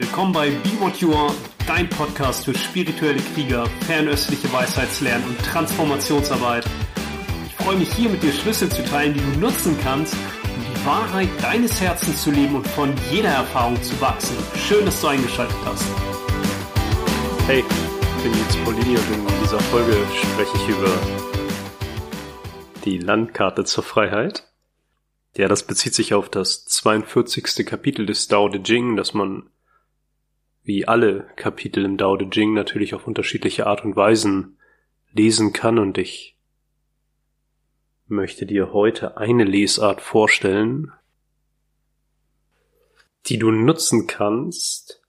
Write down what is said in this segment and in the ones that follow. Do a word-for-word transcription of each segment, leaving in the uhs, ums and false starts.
Willkommen bei Be What You Are, dein Podcast für spirituelle Krieger, fernöstliche Weisheitslernen und Transformationsarbeit. Ich freue mich hier mit dir Schlüssel zu teilen, die du nutzen kannst, um die Wahrheit deines Herzens zu leben und von jeder Erfahrung zu wachsen. Schön, dass du eingeschaltet hast. Hey, ich bin Nils Paulini und in dieser Folge spreche ich über die Landkarte zur Freiheit. Ja, das bezieht sich auf das zweiundvierzigste Kapitel des Tao Te Ching, das man wie alle Kapitel im Tao Te Ching natürlich auf unterschiedliche Art und Weisen lesen kann, und ich möchte dir heute eine Lesart vorstellen, die du nutzen kannst,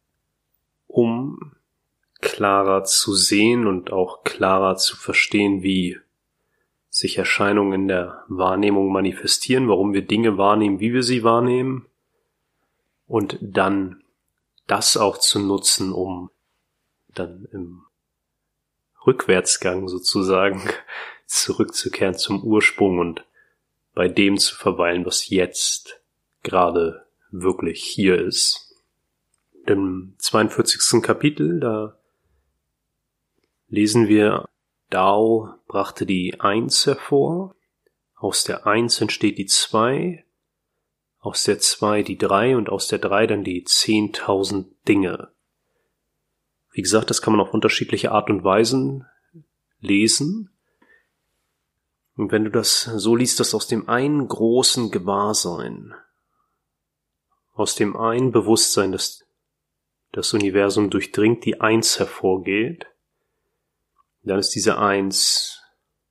um klarer zu sehen und auch klarer zu verstehen, wie sich Erscheinungen in der Wahrnehmung manifestieren, warum wir Dinge wahrnehmen, wie wir sie wahrnehmen, und dann das auch zu nutzen, um dann im Rückwärtsgang sozusagen zurückzukehren zum Ursprung und bei dem zu verweilen, was jetzt gerade wirklich hier ist. Im zweiundvierzigsten Kapitel, da lesen wir: Tao brachte die Eins hervor, aus der Eins entsteht die Zwei, aus der Zwei die Drei und aus der Drei dann die zehntausend Dinge. Wie gesagt, das kann man auf unterschiedliche Art und Weisen lesen. Und wenn du das so liest, dass aus dem einen großen Gewahrsein, aus dem einen Bewusstsein, das das Universum durchdringt, die Eins hervorgeht, dann ist diese Eins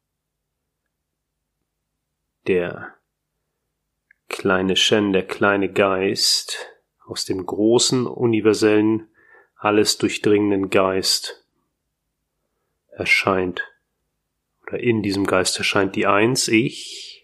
der kleine Shen, der kleine Geist, aus dem großen, universellen, alles durchdringenden Geist erscheint, oder in diesem Geist erscheint die Eins, ich,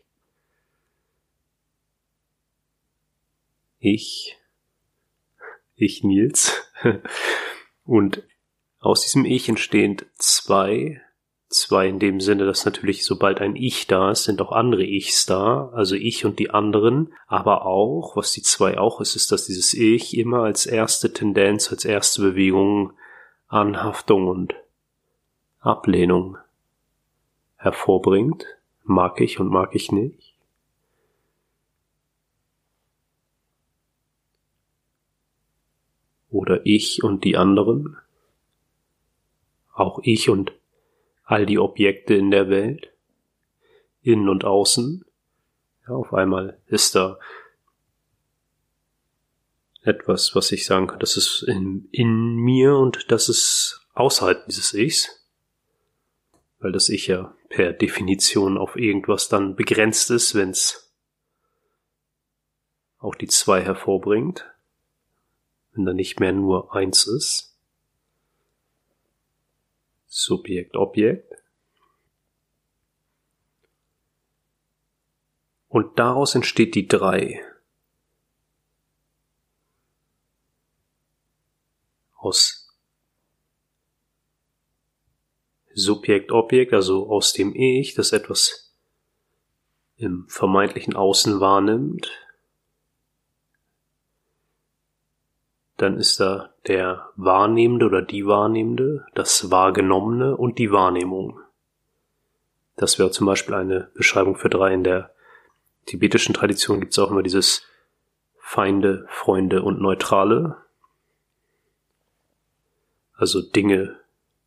ich, ich Nils, und aus diesem Ich entstehen zwei, zwei in dem Sinne, dass natürlich sobald ein Ich da ist, sind auch andere Ichs da, also ich und die anderen, aber auch, was die Zwei auch ist, ist, dass dieses Ich immer als erste Tendenz, als erste Bewegung Anhaftung und Ablehnung hervorbringt, mag ich und mag ich nicht. Oder ich und die anderen. Auch ich und all die Objekte in der Welt, innen und außen. Ja, auf einmal ist da etwas, was ich sagen kann, das ist in, in mir und das ist außerhalb dieses Ichs. Weil das Ich ja per Definition auf irgendwas dann begrenzt ist, wenn es auch die Zwei hervorbringt. Wenn da nicht mehr nur eins ist. Subjekt, Objekt. Und daraus entsteht die Drei. Aus Subjekt, Objekt, also aus dem Ich, das etwas im vermeintlichen Außen wahrnimmt. Dann ist da der Wahrnehmende oder die Wahrnehmende, das Wahrgenommene und die Wahrnehmung. Das wäre zum Beispiel eine Beschreibung für drei. In der tibetischen Tradition gibt es auch immer dieses Feinde, Freunde und Neutrale. Also Dinge,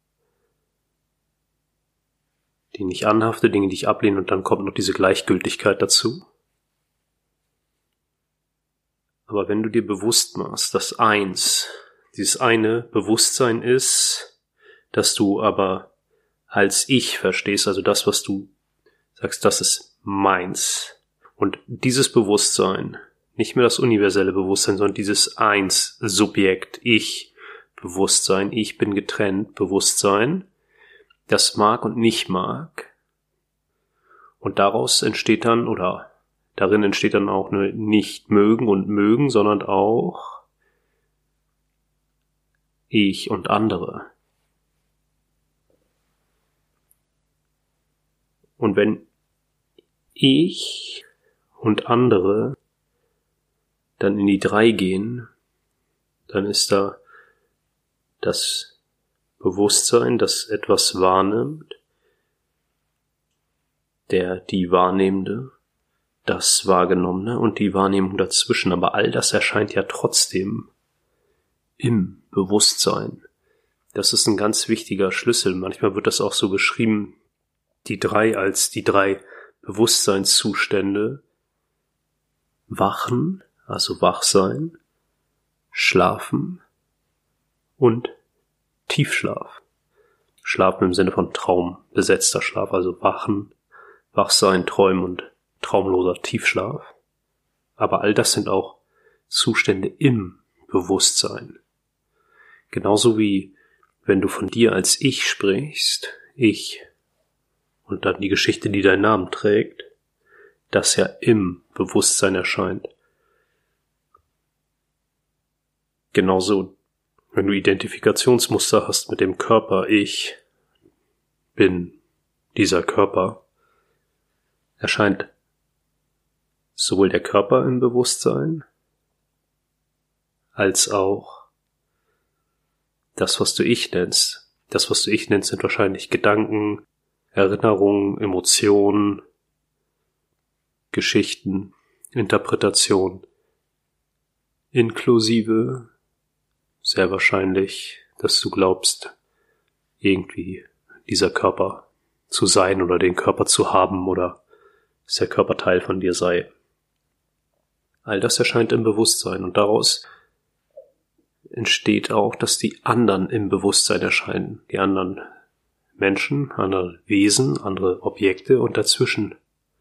die ich anhafte, Dinge, die ich ablehne, und dann kommt noch diese Gleichgültigkeit dazu. Aber wenn du dir bewusst machst, dass eins, dieses eine Bewusstsein ist, dass du aber als Ich verstehst, also das, was du sagst, das ist meins. Und dieses Bewusstsein, nicht mehr das universelle Bewusstsein, sondern dieses Eins, Subjekt, Ich, Bewusstsein, ich bin getrennt, Bewusstsein, das mag und nicht mag. Und daraus entsteht dann, oder darin entsteht dann auch eine nicht mögen und mögen, sondern auch ich und andere. Und wenn ich und andere dann in die Drei gehen, dann ist da das Bewusstsein, das etwas wahrnimmt, der, die Wahrnehmende, das Wahrgenommene und die Wahrnehmung dazwischen. Aber all das erscheint ja trotzdem im Bewusstsein. Das ist ein ganz wichtiger Schlüssel. Manchmal wird das auch so beschrieben, die drei als die drei Bewusstseinszustände: Wachen, also Wachsein, Schlafen und Tiefschlaf. Schlafen im Sinne von Traum, besetzter Schlaf, also Wachen, Wachsein, Träumen und traumloser Tiefschlaf. Aber all das sind auch Zustände im Bewusstsein. Genauso wie wenn du von dir als Ich sprichst, ich, und dann die Geschichte, die deinen Namen trägt, das ja im Bewusstsein erscheint. Genauso, wenn du Identifikationsmuster hast mit dem Körper, ich bin dieser Körper, erscheint sowohl der Körper im Bewusstsein, als auch das, was du Ich nennst. Das, was du Ich nennst, sind wahrscheinlich Gedanken, Erinnerungen, Emotionen, Geschichten, Interpretation, inklusive sehr wahrscheinlich, dass du glaubst, irgendwie dieser Körper zu sein oder den Körper zu haben oder dass der Körper Teil von dir sei. All das erscheint im Bewusstsein und daraus entsteht auch, dass die anderen im Bewusstsein erscheinen. Die anderen Menschen, andere Wesen, andere Objekte und dazwischen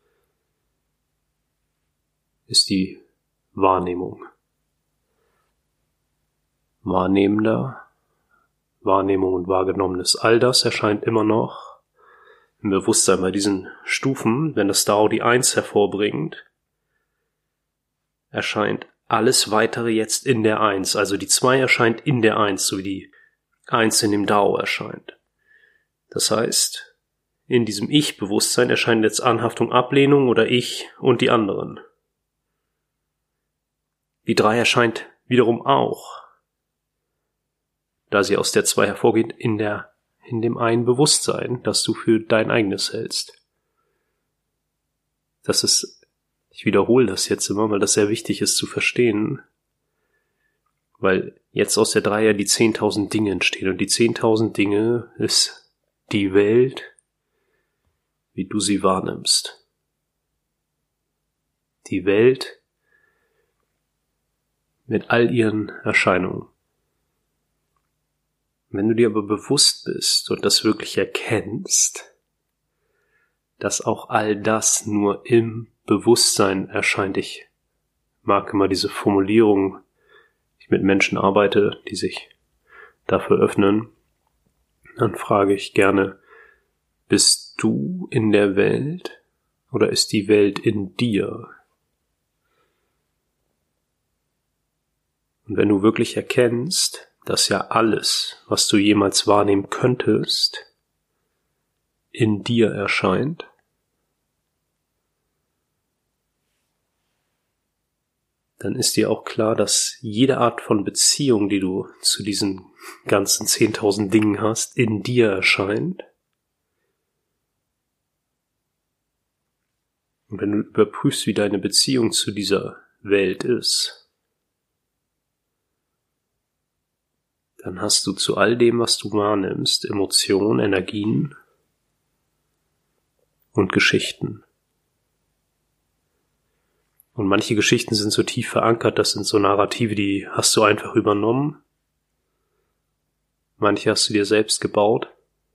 ist die Wahrnehmung. Wahrnehmender, Wahrnehmung und Wahrgenommenes, all das erscheint immer noch im Bewusstsein bei diesen Stufen. Wenn das Dao die Eins hervorbringt, erscheint alles Weitere jetzt in der Eins. Also die Zwei erscheint in der Eins, so wie die Eins in dem Dao erscheint. Das heißt, in diesem Ich-Bewusstsein erscheint jetzt Anhaftung, Ablehnung oder Ich und die anderen. Die Drei erscheint wiederum auch, da sie aus der Zwei hervorgeht, in der, in dem einen Bewusstsein, das du für dein eigenes hältst. Das ist, ich wiederhole das jetzt immer, weil das sehr wichtig ist zu verstehen, weil jetzt aus der Drei ja die zehntausend Dinge entstehen und die zehntausend Dinge ist die Welt, wie du sie wahrnimmst. Die Welt mit all ihren Erscheinungen. Wenn du dir aber bewusst bist und das wirklich erkennst, dass auch all das nur im Bewusstsein erscheint. Ich mag immer diese Formulierung, wenn ich mit Menschen arbeite, die sich dafür öffnen, dann frage ich gerne, bist du in der Welt oder ist die Welt in dir? Und wenn du wirklich erkennst, dass ja alles, was du jemals wahrnehmen könntest, in dir erscheint, dann ist dir auch klar, dass jede Art von Beziehung, die du zu diesen ganzen zehntausend Dingen hast, in dir erscheint. Und wenn du überprüfst, wie deine Beziehung zu dieser Welt ist, dann hast du zu all dem, was du wahrnimmst, Emotionen, Energien und Geschichten. Und manche Geschichten sind so tief verankert, das sind so Narrative, die hast du einfach übernommen. Manche hast du dir selbst gebaut.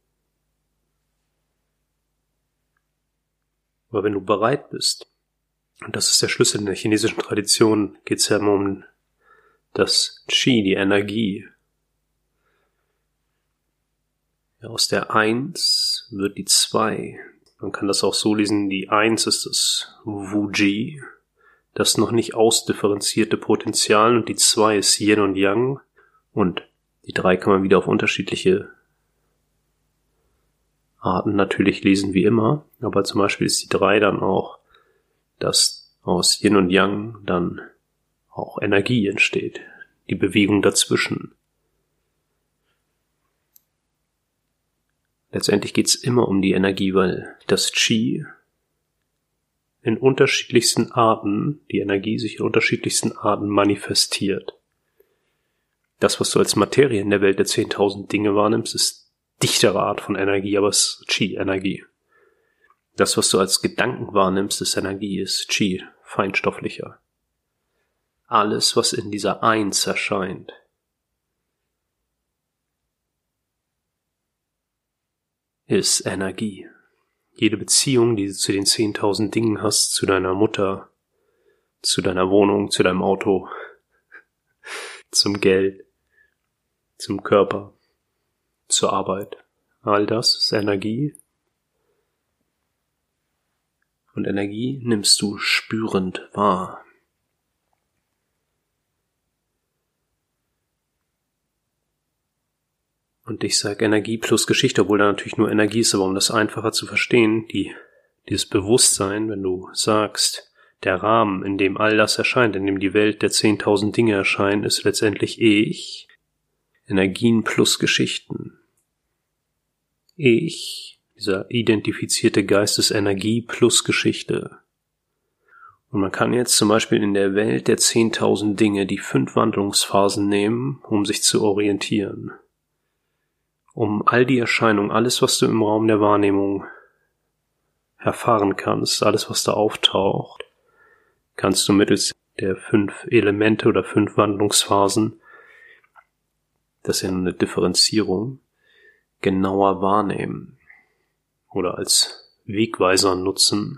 Aber wenn du bereit bist, und das ist der Schlüssel in der chinesischen Tradition, geht es ja immer um das Qi, die Energie. Ja, aus der Eins wird die Zwei. Man kann das auch so lesen, die Eins ist das Wu-Ji, das noch nicht ausdifferenzierte Potenzial, und die Zwei ist Yin und Yang, und die Drei kann man wieder auf unterschiedliche Arten natürlich lesen wie immer, aber zum Beispiel ist die Drei dann auch, dass aus Yin und Yang dann auch Energie entsteht. die Bewegung dazwischen. Letztendlich geht es immer um die Energie, weil das Qi in unterschiedlichsten Arten, die Energie sich in unterschiedlichsten Arten manifestiert. Das, was du als Materie in der Welt der zehntausend Dinge wahrnimmst, ist dichtere Art von Energie, aber es ist Qi-Energie. Das, was du als Gedanken wahrnimmst, ist Energie, ist Qi, feinstofflicher. Alles, was in dieser Eins erscheint, ist Energie. Jede Beziehung, die du zu den zehntausend Dingen hast, zu deiner Mutter, zu deiner Wohnung, zu deinem Auto, zum Geld, zum Körper, zur Arbeit, all das ist Energie. Und Energie nimmst du spürend wahr. Und ich sage Energie plus Geschichte, obwohl da natürlich nur Energie ist, aber um das einfacher zu verstehen, die, dieses Bewusstsein, wenn du sagst, der Rahmen, in dem all das erscheint, in dem die Welt der zehntausend Dinge erscheint, ist letztendlich ich, Energien plus Geschichten. Ich, dieser identifizierte Geist, ist Energie plus Geschichte. Und man kann jetzt zum Beispiel in der Welt der zehntausend Dinge die fünf Wandlungsphasen nehmen, um sich zu orientieren. Um all die Erscheinungen, alles, was du im Raum der Wahrnehmung erfahren kannst, alles, was da auftaucht, kannst du mittels der fünf Elemente oder fünf Wandlungsphasen, das ist ja eine Differenzierung, genauer wahrnehmen oder als Wegweiser nutzen.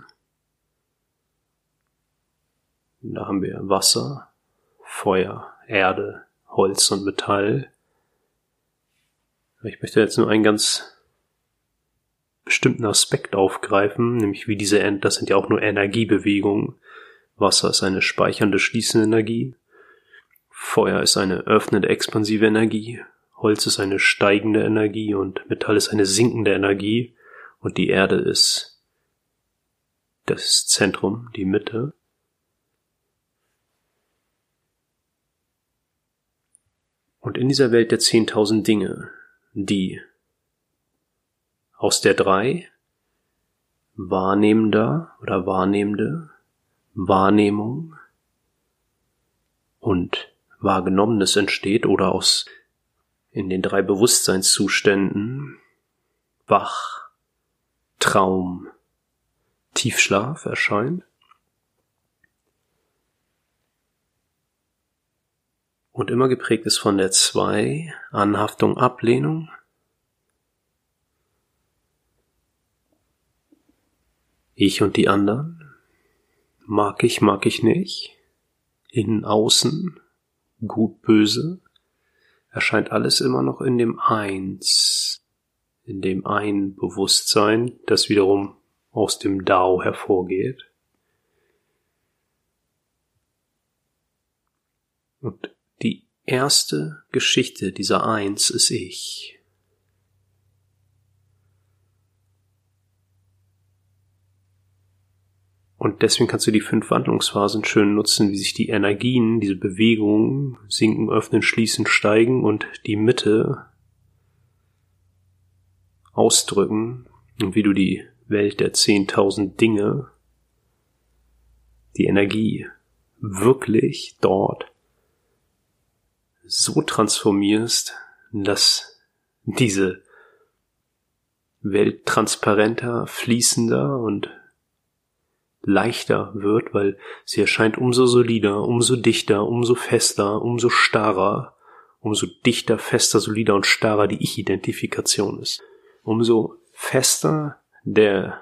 Da haben wir Wasser, Feuer, Erde, Holz und Metall. Ich möchte jetzt nur einen ganz bestimmten Aspekt aufgreifen, nämlich wie diese, End das sind ja auch nur Energiebewegungen. Wasser ist eine speichernde, schließende Energie. Feuer ist eine öffnende, expansive Energie. Holz ist eine steigende Energie und Metall ist eine sinkende Energie. Und die Erde ist das Zentrum, die Mitte. Und in dieser Welt der zehntausend Dinge, die aus der drei Wahrnehmender oder Wahrnehmende, Wahrnehmung und Wahrgenommenes entsteht oder aus in den drei Bewusstseinszuständen Wach, Traum, Tiefschlaf erscheint. Und immer geprägt ist von der zwei, Anhaftung, Ablehnung. Ich und die anderen. Mag ich, mag ich nicht. Innen, außen. Gut, böse. Erscheint alles immer noch in dem Eins. In dem einen Bewusstsein, das wiederum aus dem Dao hervorgeht. Und die erste Geschichte dieser Eins ist ich. Und deswegen kannst du die fünf Wandlungsphasen schön nutzen, wie sich die Energien, diese Bewegungen, sinken, öffnen, schließen, steigen und die Mitte ausdrücken und wie du die Welt der zehntausend Dinge, die Energie wirklich dort so transformierst, dass diese Welt transparenter, fließender und leichter wird, weil sie erscheint umso solider, umso dichter, umso fester, umso starrer, umso dichter, fester, solider und starrer die Ich-Identifikation ist. Umso fester der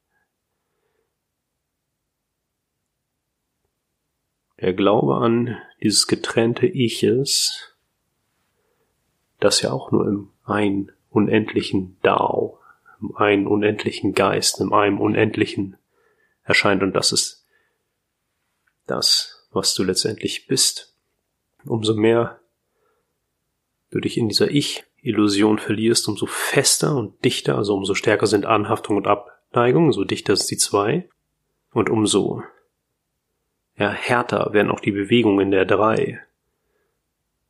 Der Glaube an dieses getrennte Iches, das ja auch nur im einen unendlichen Dao, im einen unendlichen Geist, im einen unendlichen erscheint. Und das ist das, was du letztendlich bist. Umso mehr du dich in dieser Ich-Illusion verlierst, umso fester und dichter, also umso stärker sind Anhaftung und Abneigung, so dichter ist die zwei. Und umso ja, härter werden auch die Bewegungen in der drei.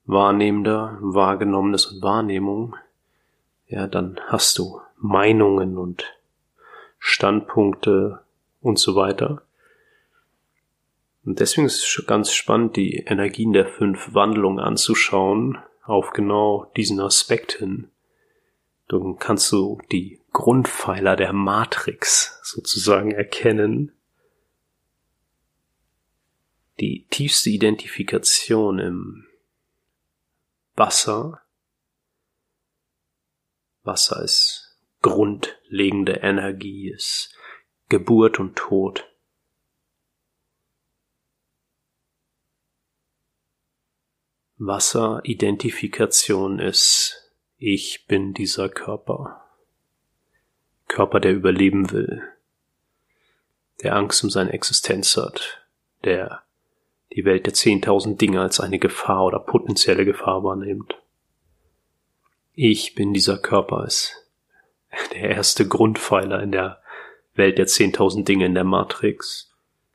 Wahrnehmender, Wahrgenommenes und Wahrnehmung, ja, dann hast du Meinungen und Standpunkte und so weiter. Und deswegen ist es ganz spannend, die Energien der fünf Wandlungen anzuschauen, auf genau diesen Aspekt hin. Dann kannst du die Grundpfeiler der Matrix sozusagen erkennen. Die tiefste Identifikation im Wasser. Wasser ist grundlegende Energie, ist Geburt und Tod. Wasseridentifikation ist, ich bin dieser Körper. Körper, der überleben will, der Angst um seine Existenz hat, der die Welt der zehntausend Dinge als eine Gefahr oder potenzielle Gefahr wahrnimmt. Ich bin dieser Körper ist der erste Grundpfeiler in der Welt der zehntausend Dinge in der Matrix.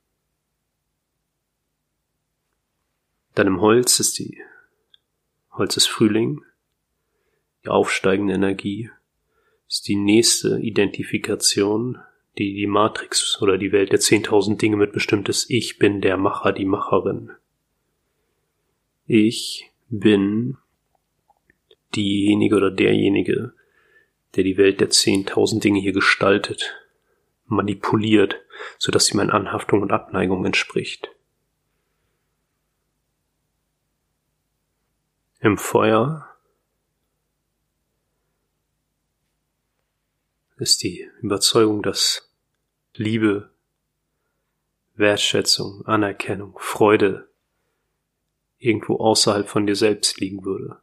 Dann im Holz ist die Holz ist Frühling, die aufsteigende Energie ist die nächste Identifikation, die die Matrix oder die Welt der zehntausend Dinge mit bestimmt ist. Ich bin der Macher, die Macherin. Ich bin diejenige oder derjenige, der die Welt der zehntausend Dinge hier gestaltet, manipuliert, sodass sie meiner Anhaftung und Abneigung entspricht. Im Feuer ist die Überzeugung, dass Liebe, Wertschätzung, Anerkennung, Freude irgendwo außerhalb von dir selbst liegen würde.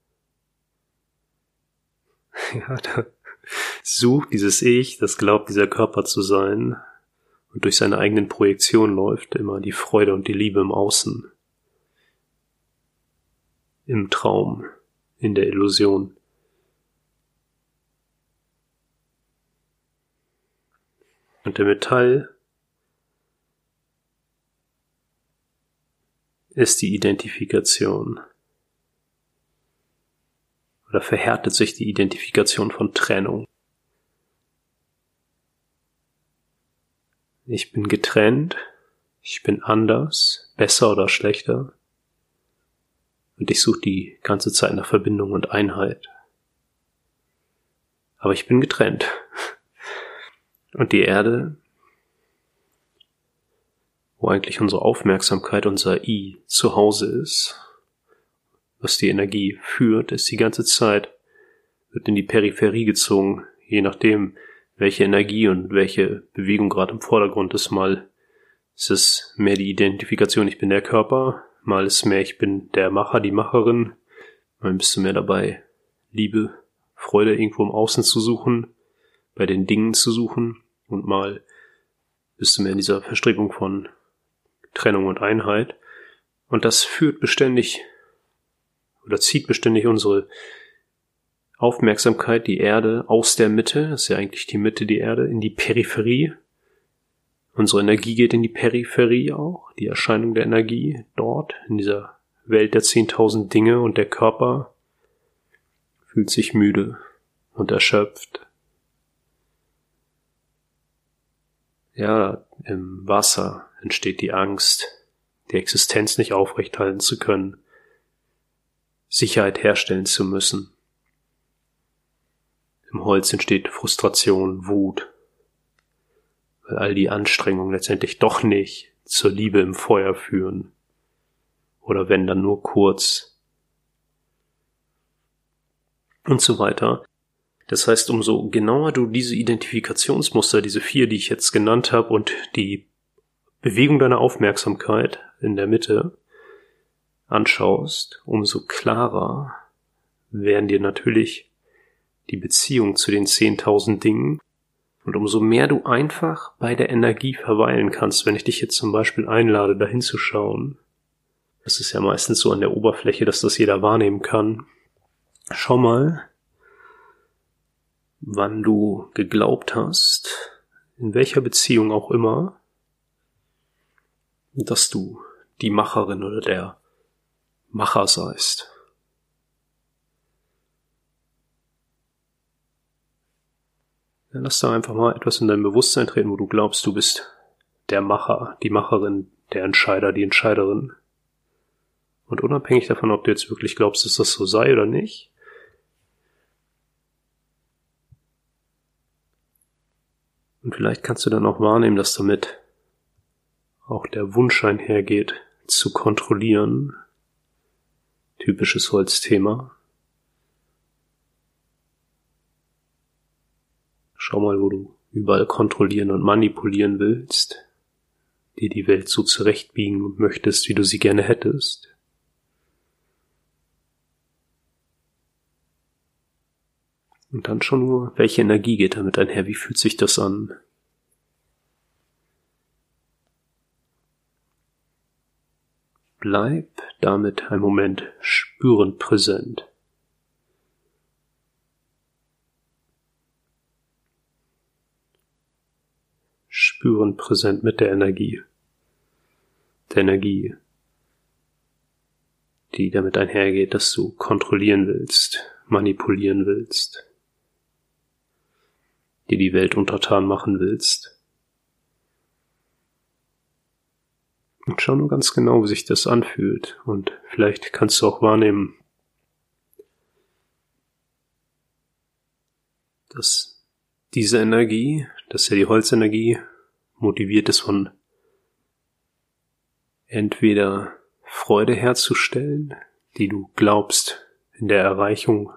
Ja, da sucht dieses Ich, das glaubt, dieser Körper zu sein und durch seine eigenen Projektionen läuft, immer die Freude und die Liebe im Außen. Im Traum, in der Illusion. Und der Metall ist die Identifikation. Oder verhärtet sich die Identifikation von Trennung. Ich bin getrennt, ich bin anders, besser oder schlechter. Und ich suche die ganze Zeit nach Verbindung und Einheit. Aber ich bin getrennt. Und die Erde, wo eigentlich unsere Aufmerksamkeit, unser I zu Hause ist, was die Energie führt, ist die ganze Zeit, wird in die Peripherie gezogen, je nachdem, welche Energie und welche Bewegung gerade im Vordergrund ist. Mal ist es mehr die Identifikation, ich bin der Körper, mal ist es mehr, ich bin der Macher, die Macherin, mal bist du mehr dabei, Liebe, Freude irgendwo im Außen zu suchen, bei den Dingen zu suchen, und mal bist du mehr in dieser Verstrickung von Trennung und Einheit. Und das führt beständig oder zieht beständig unsere Aufmerksamkeit, die Erde, aus der Mitte, das ist ja eigentlich die Mitte, die Erde, in die Peripherie. Unsere Energie geht in die Peripherie auch, die Erscheinung der Energie dort, in dieser Welt der zehntausend Dinge, und der Körper fühlt sich müde und erschöpft. Ja, im Wasser entsteht die Angst, die Existenz nicht aufrechthalten zu können, Sicherheit herstellen zu müssen. Im Holz entsteht Frustration, Wut, weil all die Anstrengungen letztendlich doch nicht zur Liebe im Feuer führen. Oder wenn, dann nur kurz. Und so weiter. Das heißt, umso genauer du diese Identifikationsmuster, diese vier, die ich jetzt genannt habe, und die Bewegung deiner Aufmerksamkeit in der Mitte anschaust, umso klarer werden dir natürlich die Beziehung zu den zehntausend Dingen, und umso mehr du einfach bei der Energie verweilen kannst, wenn ich dich jetzt zum Beispiel einlade, dahin zu schauen. Das ist ja meistens so an der Oberfläche, dass das jeder wahrnehmen kann. Schau mal, wann du geglaubt hast, in welcher Beziehung auch immer, dass du die Macherin oder der Macher seist. Dann lass da einfach mal etwas in dein Bewusstsein treten, wo du glaubst, du bist der Macher, die Macherin, der Entscheider, die Entscheiderin. Und unabhängig davon, ob du jetzt wirklich glaubst, dass das so sei oder nicht, und vielleicht kannst du dann auch wahrnehmen, dass damit auch der Wunsch einhergeht, zu kontrollieren. Typisches Holzthema. Schau mal, wo du überall kontrollieren und manipulieren willst, dir die Welt so zurechtbiegen möchtest, wie du sie gerne hättest. Und dann schon nur, welche Energie geht damit einher? Wie fühlt sich das an? Bleib damit einen Moment spürend präsent. Spürend präsent mit der Energie. Der Energie, die damit einhergeht, dass du kontrollieren willst, manipulieren willst, dir die Welt untertan machen willst. Und schau nur ganz genau, wie sich das anfühlt. Und vielleicht kannst du auch wahrnehmen, dass diese Energie, dass ja die Holzenergie motiviert ist von entweder Freude herzustellen, die du glaubst in der Erreichung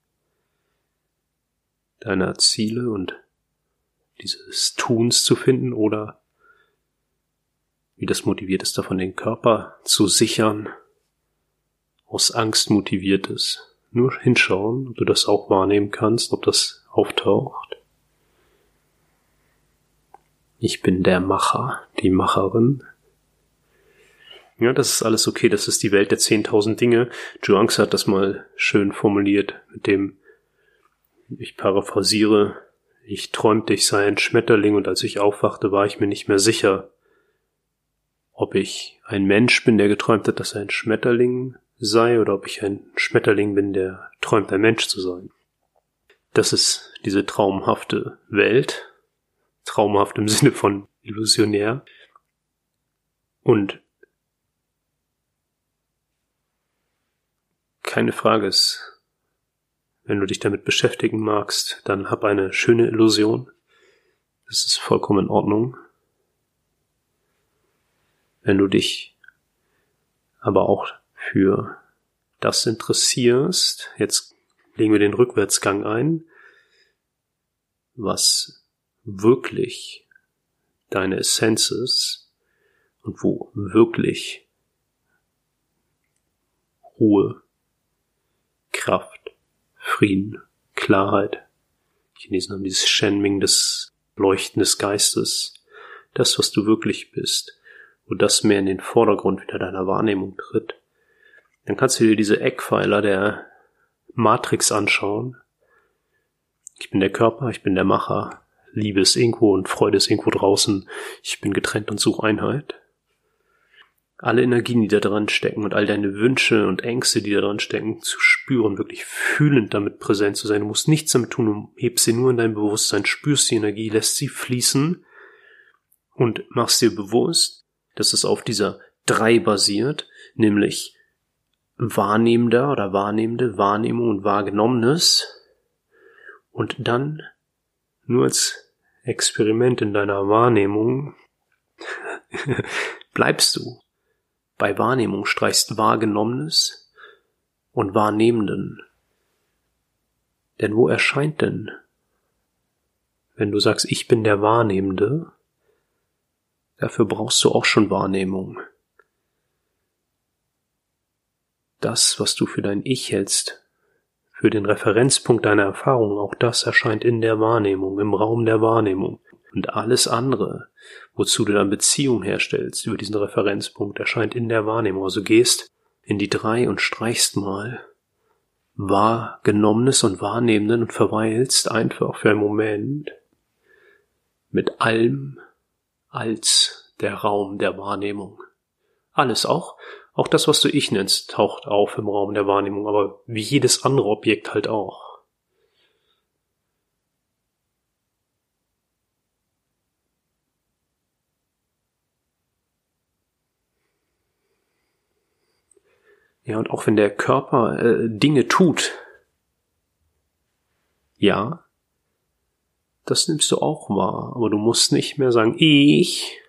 deiner Ziele und dieses Tuns zu finden, oder wie das motiviert ist, davon den Körper zu sichern, aus Angst motiviert ist. Nur hinschauen, ob du das auch wahrnehmen kannst, ob das auftaucht. Ich bin der Macher, die Macherin. Ja, das ist alles okay, das ist die Welt der zehntausend Dinge. Zhuangzi hat das mal schön formuliert mit dem, ich paraphrasiere, ich träumte, ich sei ein Schmetterling und als ich aufwachte, war ich mir nicht mehr sicher, ob ich ein Mensch bin, der geträumt hat, dass er ein Schmetterling sei, oder ob ich ein Schmetterling bin, der träumt, ein Mensch zu sein. Das ist diese traumhafte Welt, traumhaft im Sinne von illusionär. Und keine Frage ist, wenn du dich damit beschäftigen magst, dann hab eine schöne Illusion. Das ist vollkommen in Ordnung. Wenn du dich aber auch für das interessierst, jetzt legen wir den Rückwärtsgang ein, was wirklich deine Essenz ist und wo wirklich Ruhe, Kraft, Frieden, Klarheit, Chinesen haben dieses Shenming des Leuchten des Geistes, das, was du wirklich bist, wo das mehr in den Vordergrund wieder deiner Wahrnehmung tritt, dann kannst du dir diese Eckpfeiler der Matrix anschauen. Ich bin der Körper, ich bin der Macher, Liebe ist irgendwo und Freude ist irgendwo draußen, ich bin getrennt und suche Einheit. Alle Energien, die da dran stecken und all deine Wünsche und Ängste, die da dran stecken, zu spüren, wirklich fühlend damit präsent zu sein. Du musst nichts damit tun, du hebst sie nur in dein Bewusstsein, spürst die Energie, lässt sie fließen und machst dir bewusst, dass es auf dieser drei basiert, nämlich Wahrnehmender oder Wahrnehmende, Wahrnehmung und Wahrgenommenes. Und dann nur als Experiment in deiner Wahrnehmung bleibst du bei Wahrnehmung, streichst Wahrgenommenes und Wahrnehmenden. Denn wo erscheint denn, wenn du sagst, ich bin der Wahrnehmende, dafür brauchst du auch schon Wahrnehmung. Das, was du für dein Ich hältst, für den Referenzpunkt deiner Erfahrung, auch das erscheint in der Wahrnehmung, im Raum der Wahrnehmung. Und alles andere, wozu du dann Beziehung herstellst über diesen Referenzpunkt, erscheint in der Wahrnehmung. Also gehst in die drei und streichst mal Wahrgenommenes und Wahrnehmenden und verweilst einfach für einen Moment mit allem als der Raum der Wahrnehmung. Alles auch, auch das, was du Ich nennst, taucht auf im Raum der Wahrnehmung, aber wie jedes andere Objekt halt auch. Ja, und auch wenn der Körper äh, Dinge tut, ja, das nimmst du auch wahr, aber du musst nicht mehr sagen, ich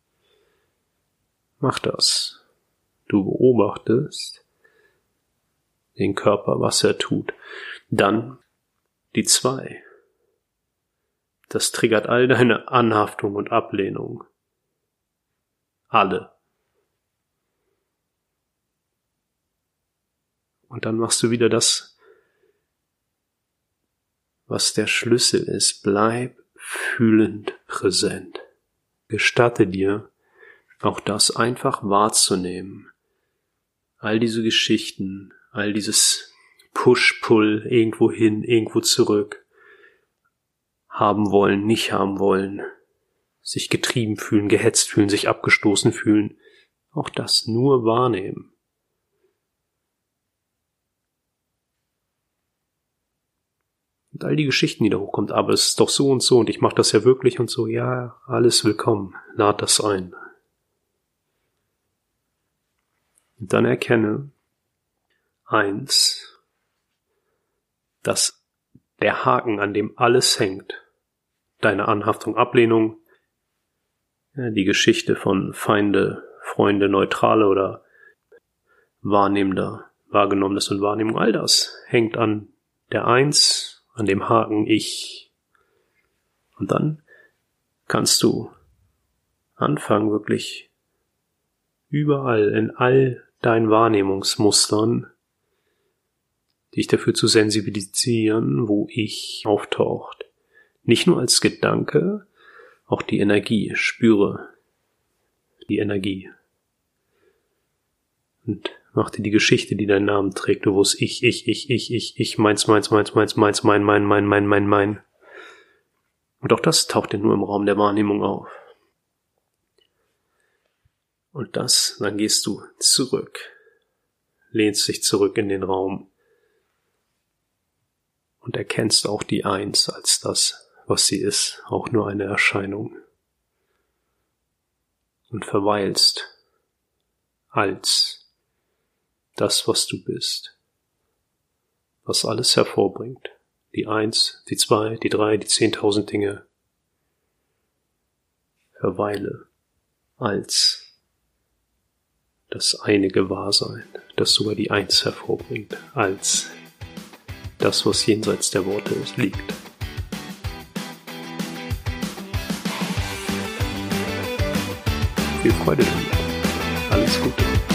mach das. Du beobachtest den Körper, was er tut. Dann die zwei. Das triggert all deine Anhaftung und Ablehnung. Alle. Und dann machst du wieder das, was der Schlüssel ist. Bleib fühlend präsent. Gestatte dir, auch das einfach wahrzunehmen. All diese Geschichten, all dieses Push-Pull, irgendwo hin, irgendwo zurück, haben wollen, nicht haben wollen, sich getrieben fühlen, gehetzt fühlen, sich abgestoßen fühlen, auch das nur wahrnehmen. Und all die Geschichten, die da hochkommt, aber es ist doch so und so und ich mache das ja wirklich und so, ja, alles willkommen, lad das ein. Und dann erkenne, eins, dass der Haken, an dem alles hängt, deine Anhaftung, Ablehnung, ja, die Geschichte von Feinde, Freunde, Neutrale oder Wahrnehmender, Wahrgenommenes und Wahrnehmung, all das hängt an der Eins, an dem Haken Ich. Und dann kannst du anfangen, wirklich überall, in all deinen Wahrnehmungsmustern, dich dafür zu sensibilisieren, wo Ich auftaucht. Nicht nur als Gedanke, auch die Energie. Spüre die Energie. Und mach dir die Geschichte, die deinen Namen trägt, wo es Ich, Ich, Ich, Ich, Ich, Ich, meins, meins, meins, meins, meins, mein, mein, mein, mein, mein, mein. Und auch das taucht ja nur im Raum der Wahrnehmung auf. Und das, dann gehst du zurück, lehnst dich zurück in den Raum und erkennst auch die Eins als das, was sie ist, auch nur eine Erscheinung. Und verweilst als das, was du bist, was alles hervorbringt. Die Eins, die Zwei, die Drei, die zehntausend Dinge. Verweile als das eine Gewahrsein, das sogar die Eins hervorbringt, als das, was jenseits der Worte ist, liegt. Viel Freude damit. Alles Gute.